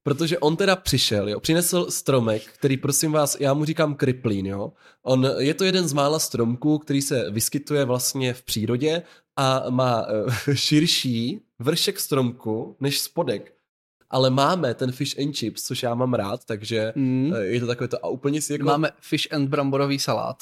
protože on teda přišel, jo, přinesl stromek, který, prosím vás, já mu říkám kriplín, jo. Je to jeden z mála stromků, který se vyskytuje vlastně v přírodě a má širší vršek stromku než spodek. Ale máme ten fish and chips, což já mám rád, takže je to takové to a úplně si jako... Máme fish and bramborový salát.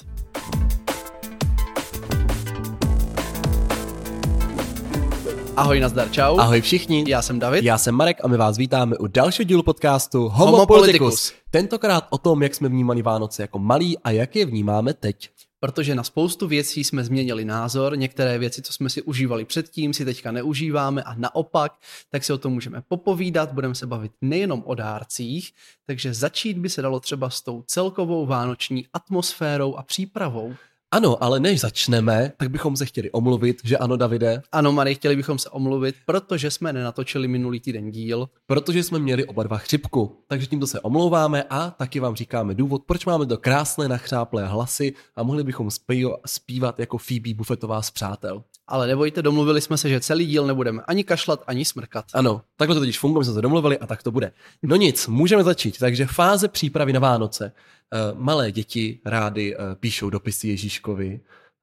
Ahoj, nazdar, čau. Ahoj všichni. Já jsem David. Já jsem Marek a my vás vítáme u dalšího dílu podcastu Homo Politicus. Tentokrát o tom, jak jsme vnímali Vánoce jako malí a jak je vnímáme teď. Protože na spoustu věcí jsme změnili názor, některé věci, co jsme si užívali předtím, si teďka neužíváme a naopak, tak si o tom můžeme popovídat, budeme se bavit nejenom o dárcích, takže začít by se dalo třeba s tou celkovou vánoční atmosférou a přípravou. Ano, ale než začneme, tak bychom se chtěli omluvit, že ano, Davide? Ano, Marie, chtěli bychom se omluvit, protože jsme nenatočili minulý týden díl. Protože jsme měli oba dva chřipku, takže tímto se omlouváme a taky vám říkáme důvod, proč máme to krásné nachřáplé hlasy a mohli bychom zpívat jako Phoebe Buffettová z Přátel. Ale nebojte, domluvili jsme se, že celý díl nebudeme ani kašlat, ani smrkat. Ano, takhle to totiž funguje, jsme se domluvili a tak to bude. No nic, můžeme začít, takže fáze přípravy na Vánoce. Malé děti rády píšou dopisy Ježíškovi,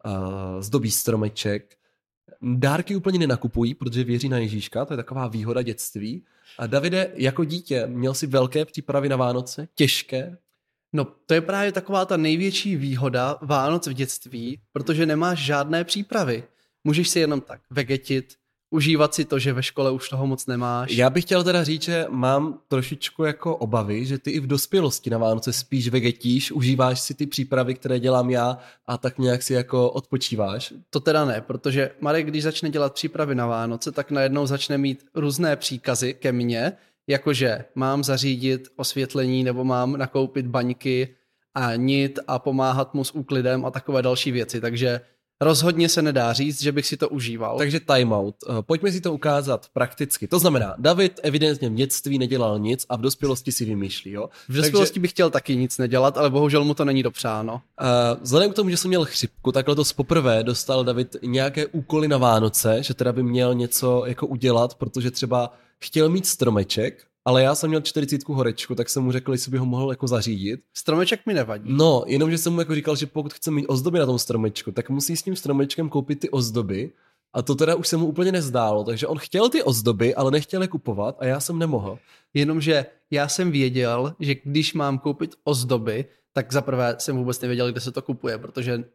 zdobí stromeček. Dárky úplně nenakupují, protože věří na Ježíška, to je taková výhoda dětství. A Davide, jako dítě, měl jsi velké přípravy na Vánoce? Těžké? No, to je právě taková ta největší výhoda Vánoc v dětství, protože nemáš žádné přípravy. Můžeš si jenom tak vegetit, užívat si to, že ve škole už toho moc nemáš. Já bych chtěl teda říct, že mám trošičku jako obavy, že ty i v dospělosti na Vánoce spíš vegetíš, užíváš si ty přípravy, které dělám já a tak nějak si jako odpočíváš. To teda ne, protože Marek, když začne dělat přípravy na Vánoce, tak najednou začne mít různé příkazy ke mně, jakože mám zařídit osvětlení nebo mám nakoupit baňky a nit a pomáhat mu s úklidem a takové další věci, takže rozhodně se nedá říct, že bych si to užíval. Takže timeout. Pojďme si to ukázat prakticky. To znamená, David evidentně v dětství nedělal nic a v dospělosti si vymýšlí, jo? V dospělosti bych chtěl taky nic nedělat, ale bohužel mu to není dopřáno. Vzhledem k tomu, že jsem měl chřipku, tak letos poprvé dostal David nějaké úkoly na Vánoce, že teda by měl něco jako udělat, protože třeba chtěl mít stromeček, ale já jsem měl 40 horečku, tak jsem mu řekl, jestli by ho mohl jako zařídit. Stromeček mi nevadí. No, jenomže jsem mu jako říkal, že pokud chce mít ozdoby na tom stromečku, tak musí s tím stromečkem koupit ty ozdoby. A to teda už se mu úplně nezdálo, takže on chtěl ty ozdoby, ale nechtěl je kupovat a já jsem nemohl. Jenomže já jsem věděl, že když mám koupit ozdoby, tak zaprvé jsem vůbec nevěděl, kde se to kupuje, protože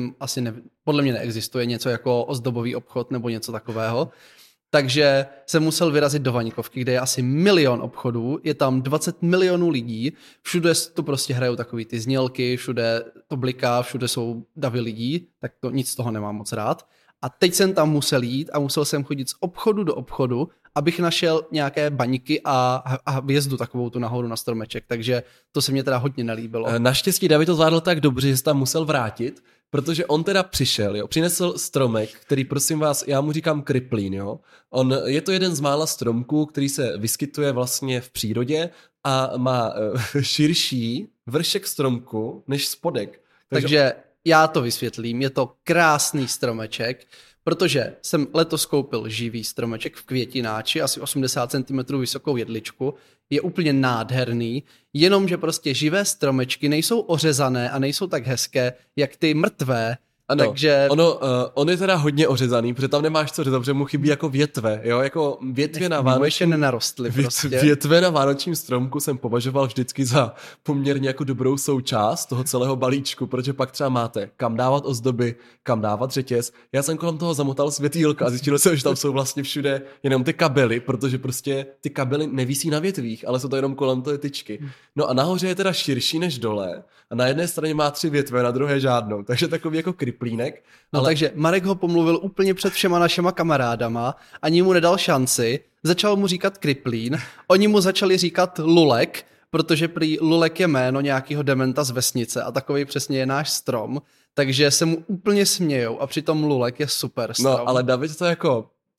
podle mě neexistuje něco jako ozdobový obchod nebo něco takového. Takže jsem musel vyrazit do Vaňkovky, kde je asi 1 milion obchodů, je tam 20 milionů lidí, všude to prostě hrajou takový ty znělky, všude to bliká, všude jsou davy lidí, tak to nic z toho nemám moc rád. A teď jsem tam musel jít a musel jsem chodit z obchodu do obchodu, abych našel nějaké baňky a vjezdu takovou tu nahoru na stromeček, takže to se mě teda hodně nelíbilo. Naštěstí David to zvládl tak dobře, že se tam musel vrátit, protože on teda přišel, jo, přinesl stromek, který, prosím vás, já mu říkám kriplín, jo. Je to jeden z mála stromků, který se vyskytuje vlastně v přírodě a má širší vršek stromku než spodek. Takže já to vysvětlím, je to krásný stromeček, protože jsem letos koupil živý stromeček v květináči, asi 80 cm vysokou jedličku, je úplně nádherný, jenomže prostě živé stromečky nejsou ořezané a nejsou tak hezké, jak ty mrtvé. Ano, takže... on je teda hodně ořezaný, protože tam nemáš co řezat, protože mu chybí jako větve, jo, jako větve na vánočním... nenarostly prostě. Větve na vánočním stromku jsem považoval vždycky za poměrně jako dobrou součást toho celého balíčku, protože pak třeba máte kam dávat ozdoby, kam dávat řetěz. Já jsem kolem toho zamotal světýlka a zjistil jsem, že tam jsou vlastně všude jenom ty kabely, protože prostě ty kabely nevisí na větvích, ale jsou to jenom kolem té tyčky. No a nahoře je teda širší než dole a na jedné straně má 3 větve, na druhé žádnou, takže takový jako plínek. No takže Marek ho pomluvil úplně před všema našima kamarádama, ani mu nedal šanci, začal mu říkat kriplín, oni mu začali říkat lulek, protože prý lulek je jméno nějakého dementa z vesnice a takový přesně je náš strom, takže se mu úplně smějou a přitom lulek je super strom. No ale David to jako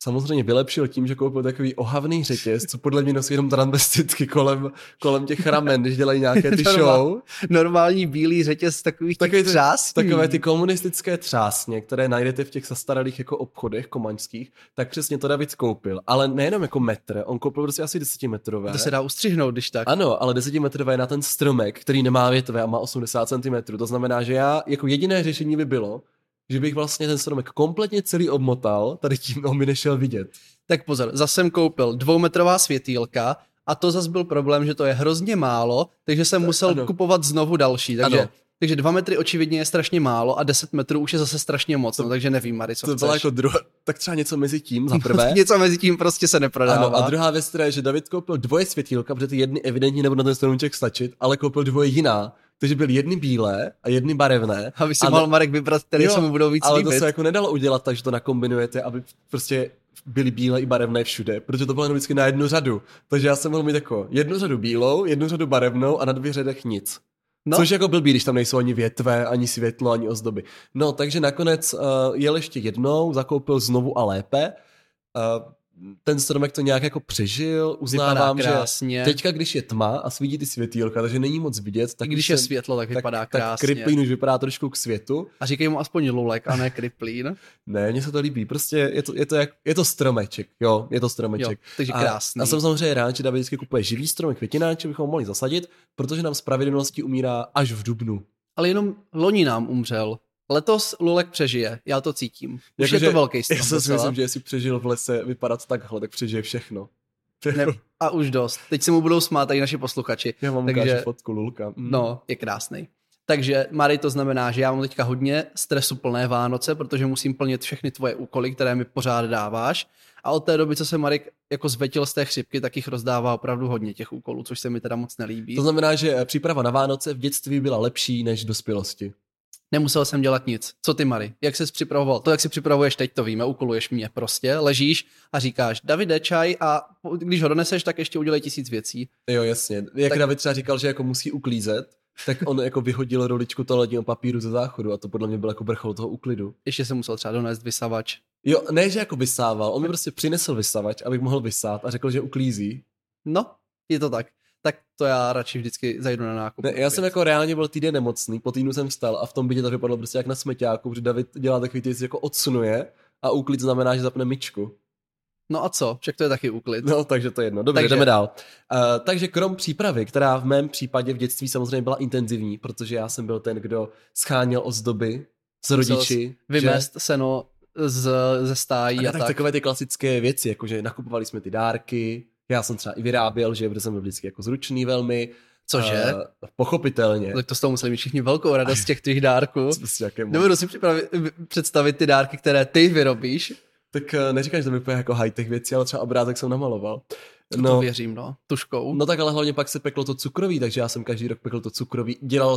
samozřejmě vylepšil tím, že koupil takový ohavný řetěz, co podle mě nosí jenom transvestitky kolem těch ramen, když dělají nějaké ty show. Normální bílý řetěz takových těch třásní. Takové ty komunistické třásně, které najdete v těch zastaralých jako obchodech komaňských, tak přesně to David koupil. Ale nejenom jako metr, on koupil prostě asi 10metrové. To se dá ustřihnout, když tak. Ano, ale 10metrové je na ten stromek, který nemá větve a má 80 cm. To znamená, že já jako jediné řešení by bylo, že bych vlastně ten stromek kompletně celý obmotal, tady tím on by nešel vidět. Tak pozor, zase jsem koupil 2metrová světýlka a to zase byl problém, že to je hrozně málo, takže jsem musel kupovat znovu další. Takže 2 metry očividně je strašně málo a 10 metrů už je zase strašně moc, no, takže nevím, Mary, co to chceš. Jako tak třeba něco mezi tím, za prvé. Něco mezi tím prostě se neprodává. Ano, a druhá věc je, že David koupil 2 světýlka, protože ty jedny evidentně nebudou na ten stromček stačit, ale koupil 2 jiná. Takže byly jedny bílé a jedny barevné. Aby si mohl Marek vybrat, které se mu budou víc ale líbit. to se jako nedalo udělat tak, že to nakombinujete, aby prostě byly bílé i barevné všude, protože to bylo jenom vždycky na jednu řadu. Takže já jsem mohl mít jako jednu řadu bílou, jednu řadu barevnou a na 2 řadech nic. No. Což jako blbý, když tam nejsou ani větve, ani světlo, ani ozdoby. No, takže nakonec jel ještě jednou, zakoupil znovu a lépe. Ten stromek to nějak jako přežil, uznávám, že teďka, když je tma a svítí ty světýlka, takže není moc vidět. Tak když je světlo, tak vypadá krásně. Tak Kriplín už vypadá trošku k světu. A říkej mu aspoň lulek a ne Kriplín. Ne, mně se to líbí, prostě je to stromeček, jo, je to stromeček. Jo, takže krásný. A jsem samozřejmě rád, že David vždycky kupuje živý stromek, květináče bychom mohli zasadit, protože nám z pravidelnosti umírá až v dubnu. Ale jenom loni nám umřel. Letos lulek přežije, já to cítím. Už je to velký strom. Já si myslím, že jestli přežil v lese vypadat takhle, tak přežije všechno. Ne, a už dost. Teď se mu budou smát i naši posluchači. Já vám ukážu fotku lulka. No, je krásný. Takže, Mary, to znamená, že já mám teďka hodně stresu plné Vánoce, protože musím plnit všechny tvoje úkoly, které mi pořád dáváš. A od té doby, co se Marek jako zvetil z té chřipky, tak jich rozdává opravdu hodně těch úkolů, což se mi teda moc nelíbí. To znamená, že příprava na Vánoce v dětství byla lepší než v dospělosti. Nemusel jsem dělat nic. Co ty, Mary? Jak ses připravoval? To, jak si připravuješ teď, to víme, úkoluješ mě prostě. Ležíš a říkáš, Davide, čaj a když ho doneseš, tak ještě udělej 1000 věcí. Jo, jasně. Jak tak... David třeba říkal, že jako musí uklízet, tak on jako vyhodil roličku toaletního papíru ze záchodu a to podle mě byl jako vrchol toho úklidu. Ještě jsem musel třeba donést vysavač. Jo, ne, že jako vysával, on mi prostě přinesl vysavač, abych mohl vysát a řekl, že uklízí. No, je to tak. Tak to já radši vždycky zajdu na nákup. Ne, já jsem jako reálně byl týden nemocný, po týdnu jsem vstal a v tom bytě to vypadalo prostě jak na smeťáku, protože David dělá takový ty věci, jako odsunuje a úklid znamená, že zapne myčku. No a co? Však to je taky úklid. No, takže to je jedno. Dobře, jdeme dál. Takže krom přípravy, která v mém případě v dětství samozřejmě byla intenzivní, protože já jsem byl ten, kdo scháněl ozdoby s rodiči. Vymést seno ze stájí a tak. Takové ty klasické věci, jakože nakupovali jsme ty dárky, já jsem třeba i vyráběl, že protože jsem byl vždycky jako zručný velmi. Cože? Pochopitelně. Tak to z toho museli mít všichni velkou radost z těch tvých dárků. Nebudu si představit ty dárky, které ty vyrobíš. Tak neříkáš, že to vypadá jako high-tech věci, ale třeba obrázek jsem namaloval. To věřím, no. Tuškou. No tak ale hlavně pak se peklo to cukroví, takže já jsem každý rok pekl to cukroví. Dělal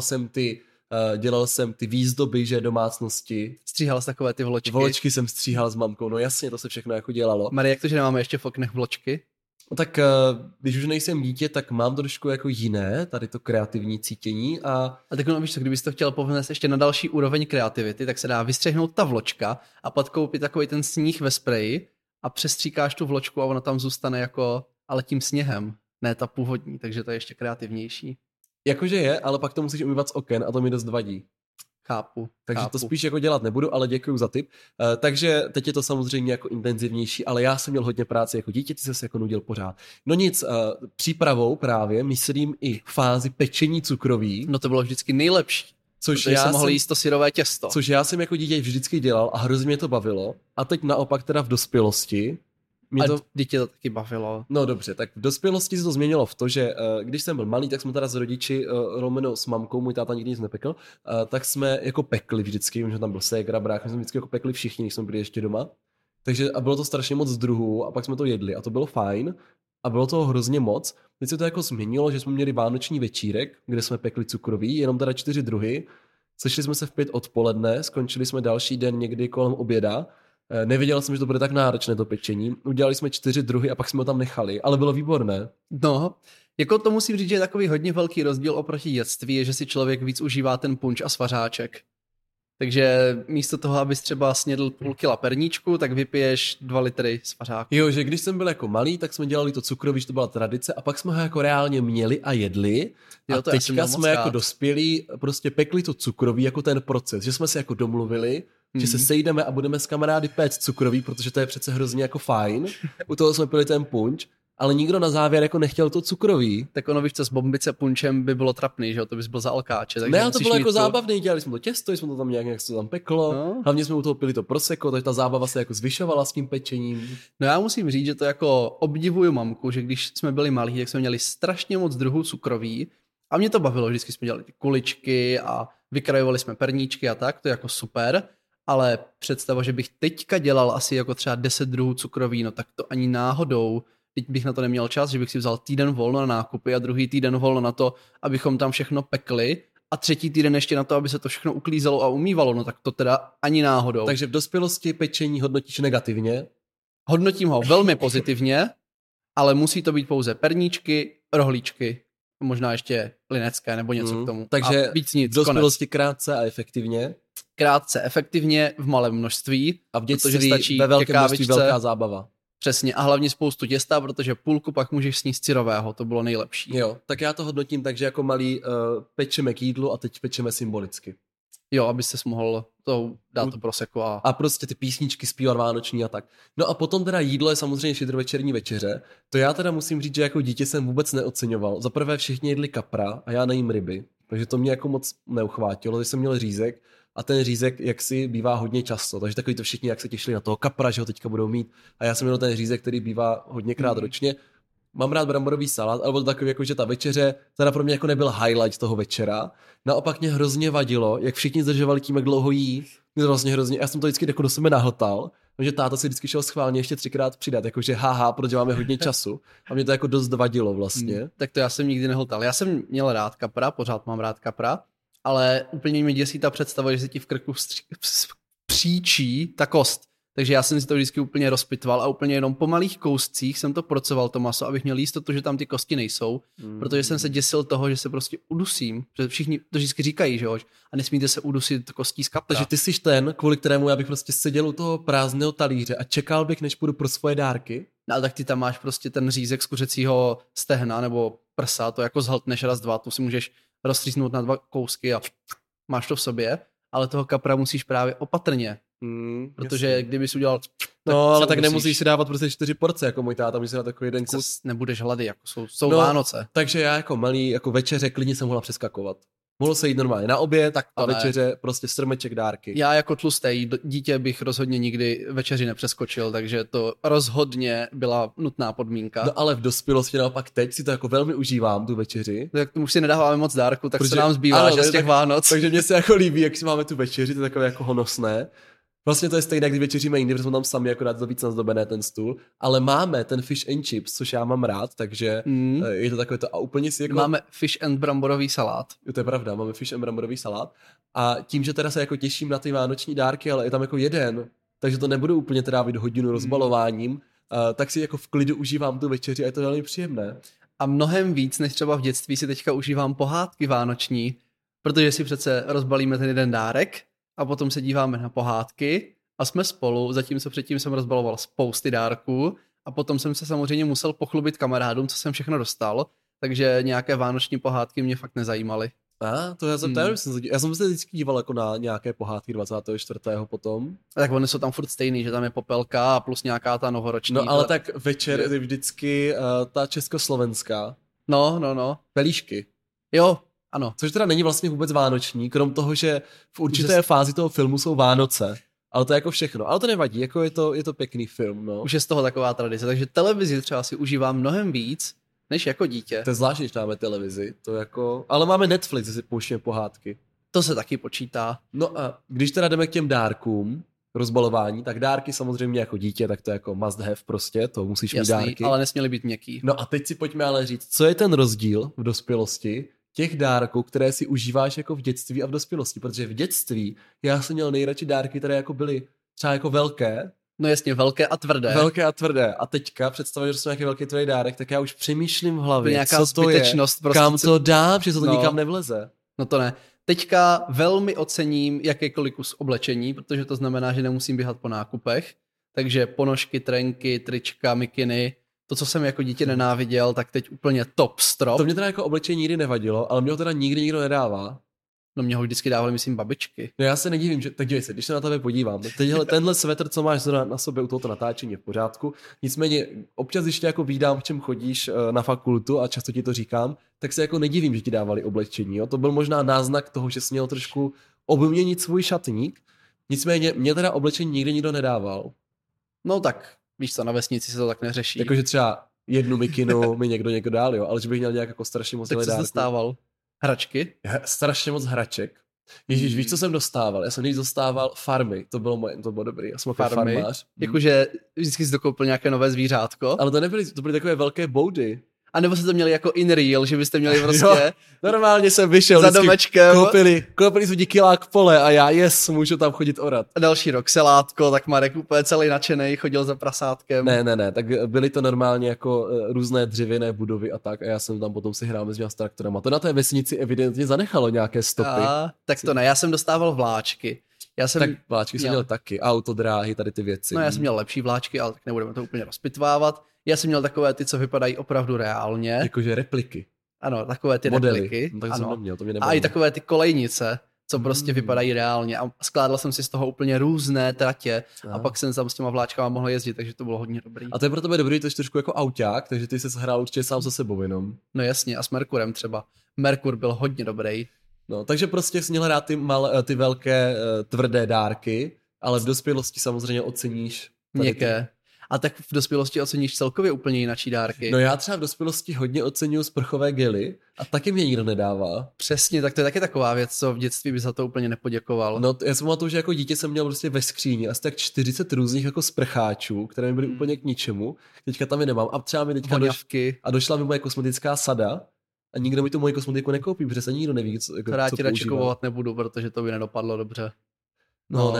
jsem ty výzdoby, že domácnosti. Stříhal jsi takové ty vločky. Vločky jsem stříhal s mamkou, no jasně, to se všechno jako dělalo. Marie, jak to, že nemáme ještě v oknech vločky? No tak když už nejsem dítě, tak mám trošku jako jiné, tady to kreativní cítění a tak no víš co, kdybys to chtěl povnést ještě na další úroveň kreativity, tak se dá vystřihnout ta vločka a pak koupit takový ten sníh ve spreji a přestříkáš tu vločku a ona tam zůstane jako, ale tím sněhem, ne ta původní, takže to je ještě kreativnější. Jakože je, ale pak to musíš umývat z oken a to mi dost vadí. Chápu. Takže to spíš jako dělat nebudu, ale děkuju za tip. Takže teď je to samozřejmě jako intenzivnější, ale já jsem měl hodně práce jako dítě, ty jsi se jako nudil pořád. No nic, přípravou právě, myslím i fázi pečení cukroví. No to bylo vždycky nejlepší. Což já jsem mohl jíst to syrové těsto. Což já jsem jako dítě vždycky dělal a hrozně mě to bavilo. A teď naopak teda v dospělosti. Dítě to taky bavilo. No dobře, tak v dospělosti se to změnilo v to, že když jsem byl malý, tak jsme teda s rodiči, Romeno s mamkou, můj táta nikdy nic nepekl, tak jsme jako pekli vždycky, že tam byl ségra, brácha, jsme vždycky jako pekli všichni, když jsme byli ještě doma. Takže a bylo to strašně moc druhů a pak jsme to jedli a to bylo fajn a bylo toho hrozně moc. Teď se to jako změnilo, že jsme měli vánoční večírek, kde jsme pekli cukroví, jenom teda 4 druhy. Sešli jsme se v 5 odpoledne, skončili jsme další den někdy kolem oběda. Nevěděl jsem, že to bude tak náročné to pečení. Udělali jsme 4 druhy a pak jsme ho tam nechali, ale bylo výborné. No, jako to musím říct, že je takový hodně velký rozdíl oproti dětství, je, že si člověk víc užívá ten punč a svařáček. Takže místo toho, abys třeba snědl půl kila perníčku, tak vypiješ 2 litry svařáku. Jo, že když jsem byl jako malý, tak jsme dělali to cukroví, že to byla tradice a pak jsme ho jako reálně měli a jedli. Jo, a to já jsem teďka měl moc jsme jako rád. dospělí prostě pekli to cukroví jako ten proces, že jsme si jako domluvili, že se sejdeme a budeme s kamarády péct cukroví, protože to je přece hrozně jako fajn. U toho jsme pili ten punč, ale nikdo na závěr jako nechtěl to cukroví. Tak ono víš co, s bombice punčem by bylo trapný, že jo, to bys byl za alkáče. Takže Ne, ale to musíš bylo mít jako tu- zábavné, dělali jsme to těsto, jsme to tam nějak se to tam peklo, No. hlavně jsme u toho pili to prosecco, takže ta zábava se jako zvyšovala s tím pečením. No já musím říct, že to jako obdivuju mamku, že když jsme byli malí, tak jsme měli strašně moc druhů cukroví a mě to bavilo, vždycky jsme dělali ty kuličky a vykrajovali jsme perníčky a tak, to je jako super, ale představa, že bych teďka dělal asi jako třeba 10 druhů cukroví, no tak to ani náhodou, teď bych na to neměl čas, že bych si vzal týden volno na nákupy a druhý týden volno na to, abychom tam všechno pekli a třetí týden ještě na to, aby se to všechno uklízelo a umývalo, no tak to teda ani náhodou. Takže v dospělosti pečení hodnotíš negativně. Hodnotím ho velmi pozitivně, ale musí to být pouze perníčky, rohlíčky, možná ještě linecké nebo něco k tomu. Takže a víc nic, v dospělosti krátce a efektivně. konec. Krátce, efektivně, v malém množství. A v protože dětství stačí ve ke velkém množství kávičce. velká zábava. Přesně, a hlavně spoustu těsta, protože půlku pak můžeš sníst syrového, to bylo nejlepší. Jo, tak já to hodnotím tak, že jako malý pečeme k jídlu a teď pečeme symbolicky. Jo, abyste mohl to dát to prosecco a... A prostě ty písničky zpívat vánoční a tak. No a potom teda jídlo je samozřejmě štědrovečerní večeře. To já teda musím říct, že jako dítě jsem vůbec neoceňoval. Za prvé všichni jedli kapra a já nejím ryby. Takže to mě jako moc neuchvátilo, když jsem měl řízek a ten řízek jaksi bývá hodně často. Takže takový to všichni, jak se těšili na toho kapra, že ho teďka budou mít. A já jsem měl ten řízek, který bývá hodněkrát ročně. Mám rád bramborový salát, ale byl takový, jako, že ta večeře teda pro mě jako nebyl highlight toho večera. Naopak mě hrozně vadilo, jak všichni zdržovali tím, jak dlouho jí. Mě to vlastně hrozně, já jsem to vždycky jako do sebe nahltal, že táta si vždycky šel schválně ještě 3krát přidat, jakože haha, protože máme hodně času. A mě to jako dost vadilo vlastně. Tak to já jsem nikdy nehltal. Já jsem měl rád kapra, pořád mám rád kapra, ale úplně mě děsí ta představa, že se ti v krku příčí ta kost. Takže já jsem si to vždycky úplně rozpitval a úplně jenom po malých kouscích jsem to procoval to maso, abych měl jistotu, že tam ty kosti nejsou, protože jsem se děsil toho, že se prostě udusím, protože všichni to vždycky říkají, že jo, a nesmíte se udusit kostí z kapra. Takže ty jsi ten, kvůli kterému já bych prostě seděl u toho prázdného talíře a čekal bych, než půjdu pro svoje dárky. No, ale tak ty tam máš prostě ten řízek z kuřecího stehna nebo prsa, to jako zhltneš raz, dva, tu si můžeš rozstříznout na 2 kousky a máš to v sobě, ale toho kapra musíš právě opatrně. Protože jasně. kdybys udělal... No, ale tak musíš. nemusíš si dávat prostě 4 porce, jako můj táta, můžeš si dát takový jeden kus. Zas nebudeš hlady, jako jsou No, Vánoce. Takže já jako malý, jako večeře klidně jsem mohla přeskakovat. Mohl se jít normálně na oběd Tak to a ne. večeře prostě strmeček dárky. Já jako tlustý dítě bych rozhodně nikdy večeři nepřeskočil, takže to rozhodně byla nutná podmínka. No ale v dospělosti naopak teď si to jako velmi užívám, tu večeři. Tak už si nedáváme moc dárku, tak Protože- co nám zbývá, ano, že z tak- těch Vánoc. Takže mně se jako líbí, jak si máme tu večeři, to je takové jako honosné. Vlastně to je stejné, když večeříme jindy, protože jsme tam sami akorát to víc nazdobené ten stůl, ale máme ten fish and chips, což já mám rád, takže je to takové to a úplně si jako... Máme fish and bramborový salát. Jo, to je pravda, máme fish and bramborový salát a tím, že teda se jako těším na ty vánoční dárky, ale je tam jako jeden, takže to nebudu úplně trávit hodinu rozbalováním, tak si jako v klidu užívám tu večeři a je to velmi příjemné. A mnohem víc, než třeba v dětství, si teďka užívám pohádky vánoční, protože si přece rozbalíme ten jeden dárek a potom se díváme na pohádky a jsme spolu, zatímco předtím jsem rozbaloval spousty dárků a potom jsem se samozřejmě musel pochlubit kamarádům, co jsem všechno dostal, takže nějaké vánoční pohádky mě fakt nezajímaly. To já jsem, já jsem se vždycky díval jako na nějaké pohádky 24. potom. A tak oni jsou tam furt stejný, že tam je popelka a plus nějaká ta novoroční. No ale tak večer je vždycky ta československá. No. Pelíšky. Jo, ano. Což teda není vlastně vůbec vánoční, krom toho, že v určité fázi toho filmu jsou Vánoce. Ale to je jako všechno. Ale to nevadí, jako je to pěkný film, no. Už je z toho taková tradice, takže televizi třeba si užívám mnohem víc, než jako dítě. To je zvláštní, že máme televizi, to jako... Ale máme Netflix, že si pouštíme pohádky. To se taky počítá. No a když teda jdeme k těm dárkům, rozbalování, tak dárky samozřejmě jako dítě, tak to je jako must have prostě, to musíš mít Jasný, dárky. ale nesměly být měkký. No a teď si pojďme ale říct, co je ten rozdíl v dospělosti těch dárků, které si užíváš jako v dětství a v dospělosti, protože v dětství já jsem měl nejradši dárky, které jako byly třeba jako velké. No jasně, velké a tvrdé. Velké a tvrdé. A teďka představit, že jsou nějaký velký tvrdý dárek, tak já už přemýšlím v hlavě, Nějaká co to je, zbytečnost prostě, kam to dám, že to no. nikam nevleze. No to ne. Teďka velmi ocením jakýkoliv kus oblečení, protože to znamená, že nemusím běhat po nákupech. Takže ponožky, trenky, trička, mikiny, to, co jsem jako dítě nenáviděl, tak teď úplně top strop. To mě teda jako oblečení nikdy nevadilo, ale mě ho teda nikdy nikdo nedává. No mě ho vždycky dávali, myslím, babičky. No já se nedivím, že... Tak dívej se, když se na tebe podívám, tak tenhle svetr, co máš na sobě u tohoto natáčení, je v pořádku. Nicméně občas, když tě jako vídám, v čem chodíš na fakultu a často ti to říkám, tak se jako nedivím, že ti dávali oblečení. Jo? To byl možná náznak toho, že jsi měl trošku obměnit svůj šatník. Nicméně mě teda oblečení nikdy nikdo nedával. No tak, víš co, na vesnici se to tak neřeší. Jakože třeba jednu mikinu mi někdo dál, jo, ale že bych měl nějak jako strašně moc dárku. Tak jsi dostával hračky? Strašně moc hraček. Ježíš, víš, co jsem dostával? Já jsem když dostával farmy, to bylo dobrý, já jsem jako farmář. Jakože vždycky jsi dokoupil nějaké nové zvířátko. Ale to byly takové velké boudy. A nebo jste to měli jako in real, že byste měli prostě... Normálně jsem vyšel. Za domečkem. Koupili jsme kilák pole a já můžu tam chodit orat. A další rok selátko, tak Marek úplně celý nadšenej, chodil za prasátkem. Ne, tak byly to normálně jako různé dřevěné budovy a tak a já jsem tam potom si hrál s traktorama. To na té vesnici evidentně zanechalo nějaké stopy. Tak to ne, já jsem dostával vláčky. Tak vláčky jsem měl taky, autodráhy, tady ty věci. No já jsem měl lepší vláčky, ale tak nebudeme to úplně rozpitvávat. Já jsem měl takové ty, co vypadají opravdu reálně. Jakože repliky. Ano, takové ty modely. repliky. No, tak ano. jsem neměl, to mě a i takové ty kolejnice, co prostě vypadají reálně. A skládal jsem si z toho úplně různé tratě a pak jsem tam s těma vláčkama mohl jezdit, takže to bylo hodně dobrý. A to je pro tebe dobrý, to je trošku jako auták, takže ty jsi hrál určitě sám za sebou jenom. No jasně, a s Merkurem třeba. Merkur byl hodně dobrý. No, takže prostě jsi měl hrát ty velké tvrdé dárky, ale v dospělosti samozřejmě oceníš měkké. A tak v dospělosti oceníš celkově úplně jinačí dárky. No já třeba v dospělosti hodně oceňuji sprchové gely a taky mě nikdo nedává. Přesně, tak to je taky taková věc, co v dětství by za to úplně nepoděkoval. No já jsem pamatuju, že jako dítě jsem měl prostě ve skříni asi tak 40 různých jako sprcháčů, které mi byly úplně k ničemu. Teďka tam je nemám a třeba mi teďka došla mi moje kosmetická sada a nikdo mi tu moji kosmetiku nekoupí, protože se nikdo neví, co používá. Já ti radši kupovat nebudu, protože to by nedopadlo dobře. No.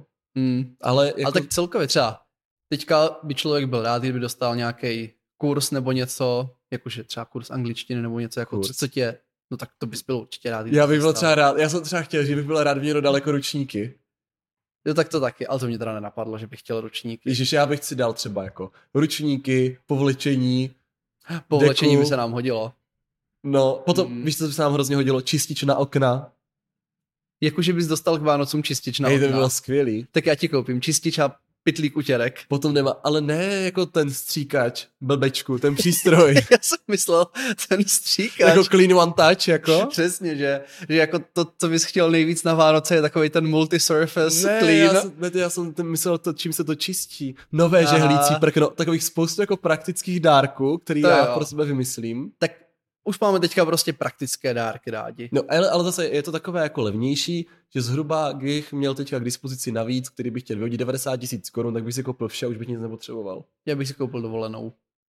Ale tak celkově třeba teďka by člověk byl rád, kdyby dostal nějaký kurz nebo něco, jakože třeba kurz angličtiny nebo něco jako co tě, no tak to bys byl určitě rád. Já bych byl třeba rád, já jsem třeba chtěl, že bych byl rád, mě dodal jako ručníky. Jo, tak to taky, ale to mě teda nenapadlo, že bych chtěl ručníky. Ježiš, já bych si dal třeba jako ručníky, povlečení. Povlečení by se nám hodilo. No, potom, víš, co by se nám hrozně hodilo? Čistič na okna. Jakože bys dostal k Vánocům čistič na okna. To by bylo skvělý. Tak já ti koupím čistič a pytlík utěrek. Potom nemá, ale ne jako ten stříkač, blbečku, ten přístroj. Já jsem myslel, ten stříkač. Jako clean one touch, jako. Přesně, že jako to, co bys chtěl nejvíc na Vánoce, je takový ten multi-surface clean. Já jsem myslel to, čím se to čistí. Nové žehlící prkno, takových spoustu jako praktických dárků, který já pro sebe vymyslím. Tak už máme teďka prostě praktické dárky rádi. No, ale zase je to takové jako levnější, že zhruba bych měl teďka k dispozici navíc, který bych chtěl vyhodit 90 000 korun, tak bych si koupil vše a už bych nic nepotřeboval. Já bych si koupil dovolenou.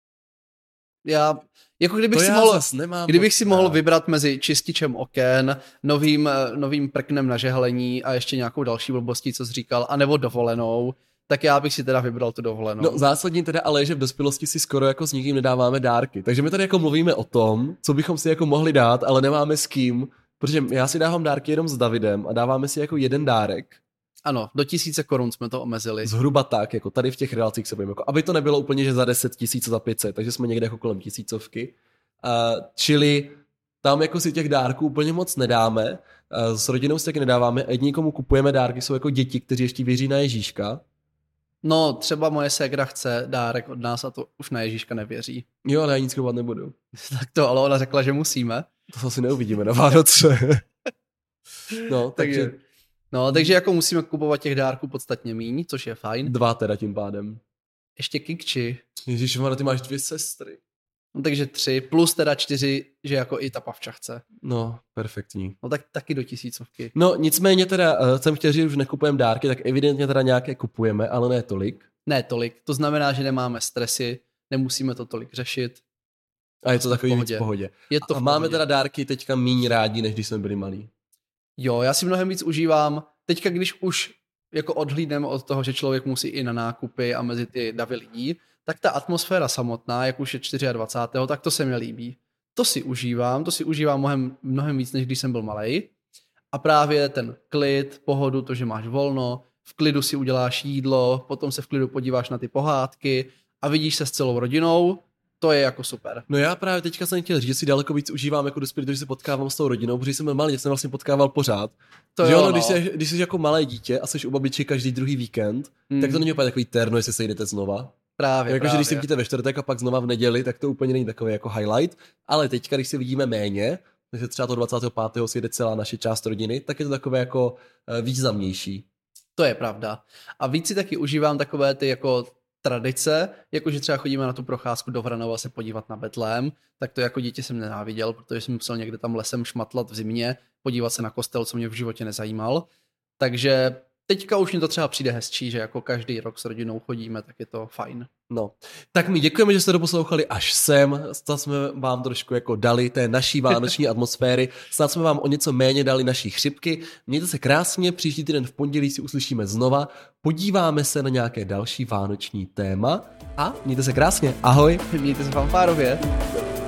Jako kdybych si mohl vybrat mezi čističem oken, novým prknem na žehlení a ještě nějakou další blbostí, co jsi říkal, anebo dovolenou, tak já bych si teda vybral tu dovolenou. No zásadní teda ale, že v dospělosti si skoro jako s nikým nedáváme dárky. Takže my tady jako mluvíme o tom, co bychom si jako mohli dát, ale nemáme s kým, protože já si dávám dárky jenom s Davidem a dáváme si jako jeden dárek. Ano, do 1000 korun jsme to omezili. Zhruba tak, jako tady v těch relacích se bojím, jako aby to nebylo úplně, že za 10 000 za 500, takže jsme někde jako kolem 1000. Čili tam jako si těch dárků úplně moc nedáme, s rodinou si taky nedáváme, jediný komu kupujeme dárky jsou jako děti, kteří ještě věří na Ježíška. No, třeba moje ségra chce dárek od nás a to už na Ježíška nevěří. Jo, ale já nic kupovat nebudu. Tak to, ale ona řekla, že musíme. To asi neuvidíme na Vánoce. No, takže jako musíme kupovat těch dárků podstatně míň, což je fajn. 2 teda tím pádem. Ještě kikči. Ježišmarja, ty máš 2 sestry. No takže 3, plus teda 4, že jako i ta pavča chce. No, perfektní. No tak taky do 1000. No nicméně teda jsem chtěl říct, že už nekupujeme dárky, tak evidentně teda nějaké kupujeme, ale ne tolik. Ne tolik, to znamená, že nemáme stresy, nemusíme to tolik řešit. A je to takový víc v pohodě. A máme teda dárky teďka míň rádi, než když jsme byli malí. Jo, já si mnohem víc užívám. Teďka, když už jako odhlídneme od toho, že člověk musí i na nákupy a mezi ty davy lidí, tak ta atmosféra samotná, jak už je 24., tak to se mi líbí. To si užívám mnohem víc, než když jsem byl malej. A právě ten klid, pohodu, to, že máš volno, v klidu si uděláš jídlo, potom se v klidu podíváš na ty pohádky a vidíš se s celou rodinou, to je jako super. No já právě teďka jsem chtěl říct, že si daleko víc užívám jako dospělý, že se potkávám s tou rodinou, protože jsem byl malý, jsem vlastně potkával pořád. To že jo, ono, no. když jsi jako malé dítě a jsi u babičky každý druhý víkend, tak to není úplně takový terno, jestli se jdete znova. Právě. Jakože když se vidíte ve čtvrtek a pak znova v neděli, tak to úplně není takový jako highlight, ale teďka, když se vidíme méně, takže třeba toho 25. si jde celá naše část rodiny, tak je to takové jako významnější. To je pravda. A víc si taky užívám takové ty jako tradice, jakože třeba chodíme na tu procházku do Vranova se podívat na Betlém, tak to jako dítě jsem nenáviděl, protože jsem musel někde tam lesem šmatlat v zimě, podívat se na kostel, co mě v životě nezajímal. Takže teďka už mi to třeba přijde hezčí, že jako každý rok s rodinou chodíme, tak je to fajn. No, tak my děkujeme, že jste doposlouchali až sem, snad jsme vám trošku jako dali té naší vánoční atmosféry, snad jsme vám o něco méně dali naší chřipky, mějte se krásně, příští týden v pondělí si uslyšíme znova, podíváme se na nějaké další vánoční téma a mějte se krásně, ahoj! Mějte se fanfárově.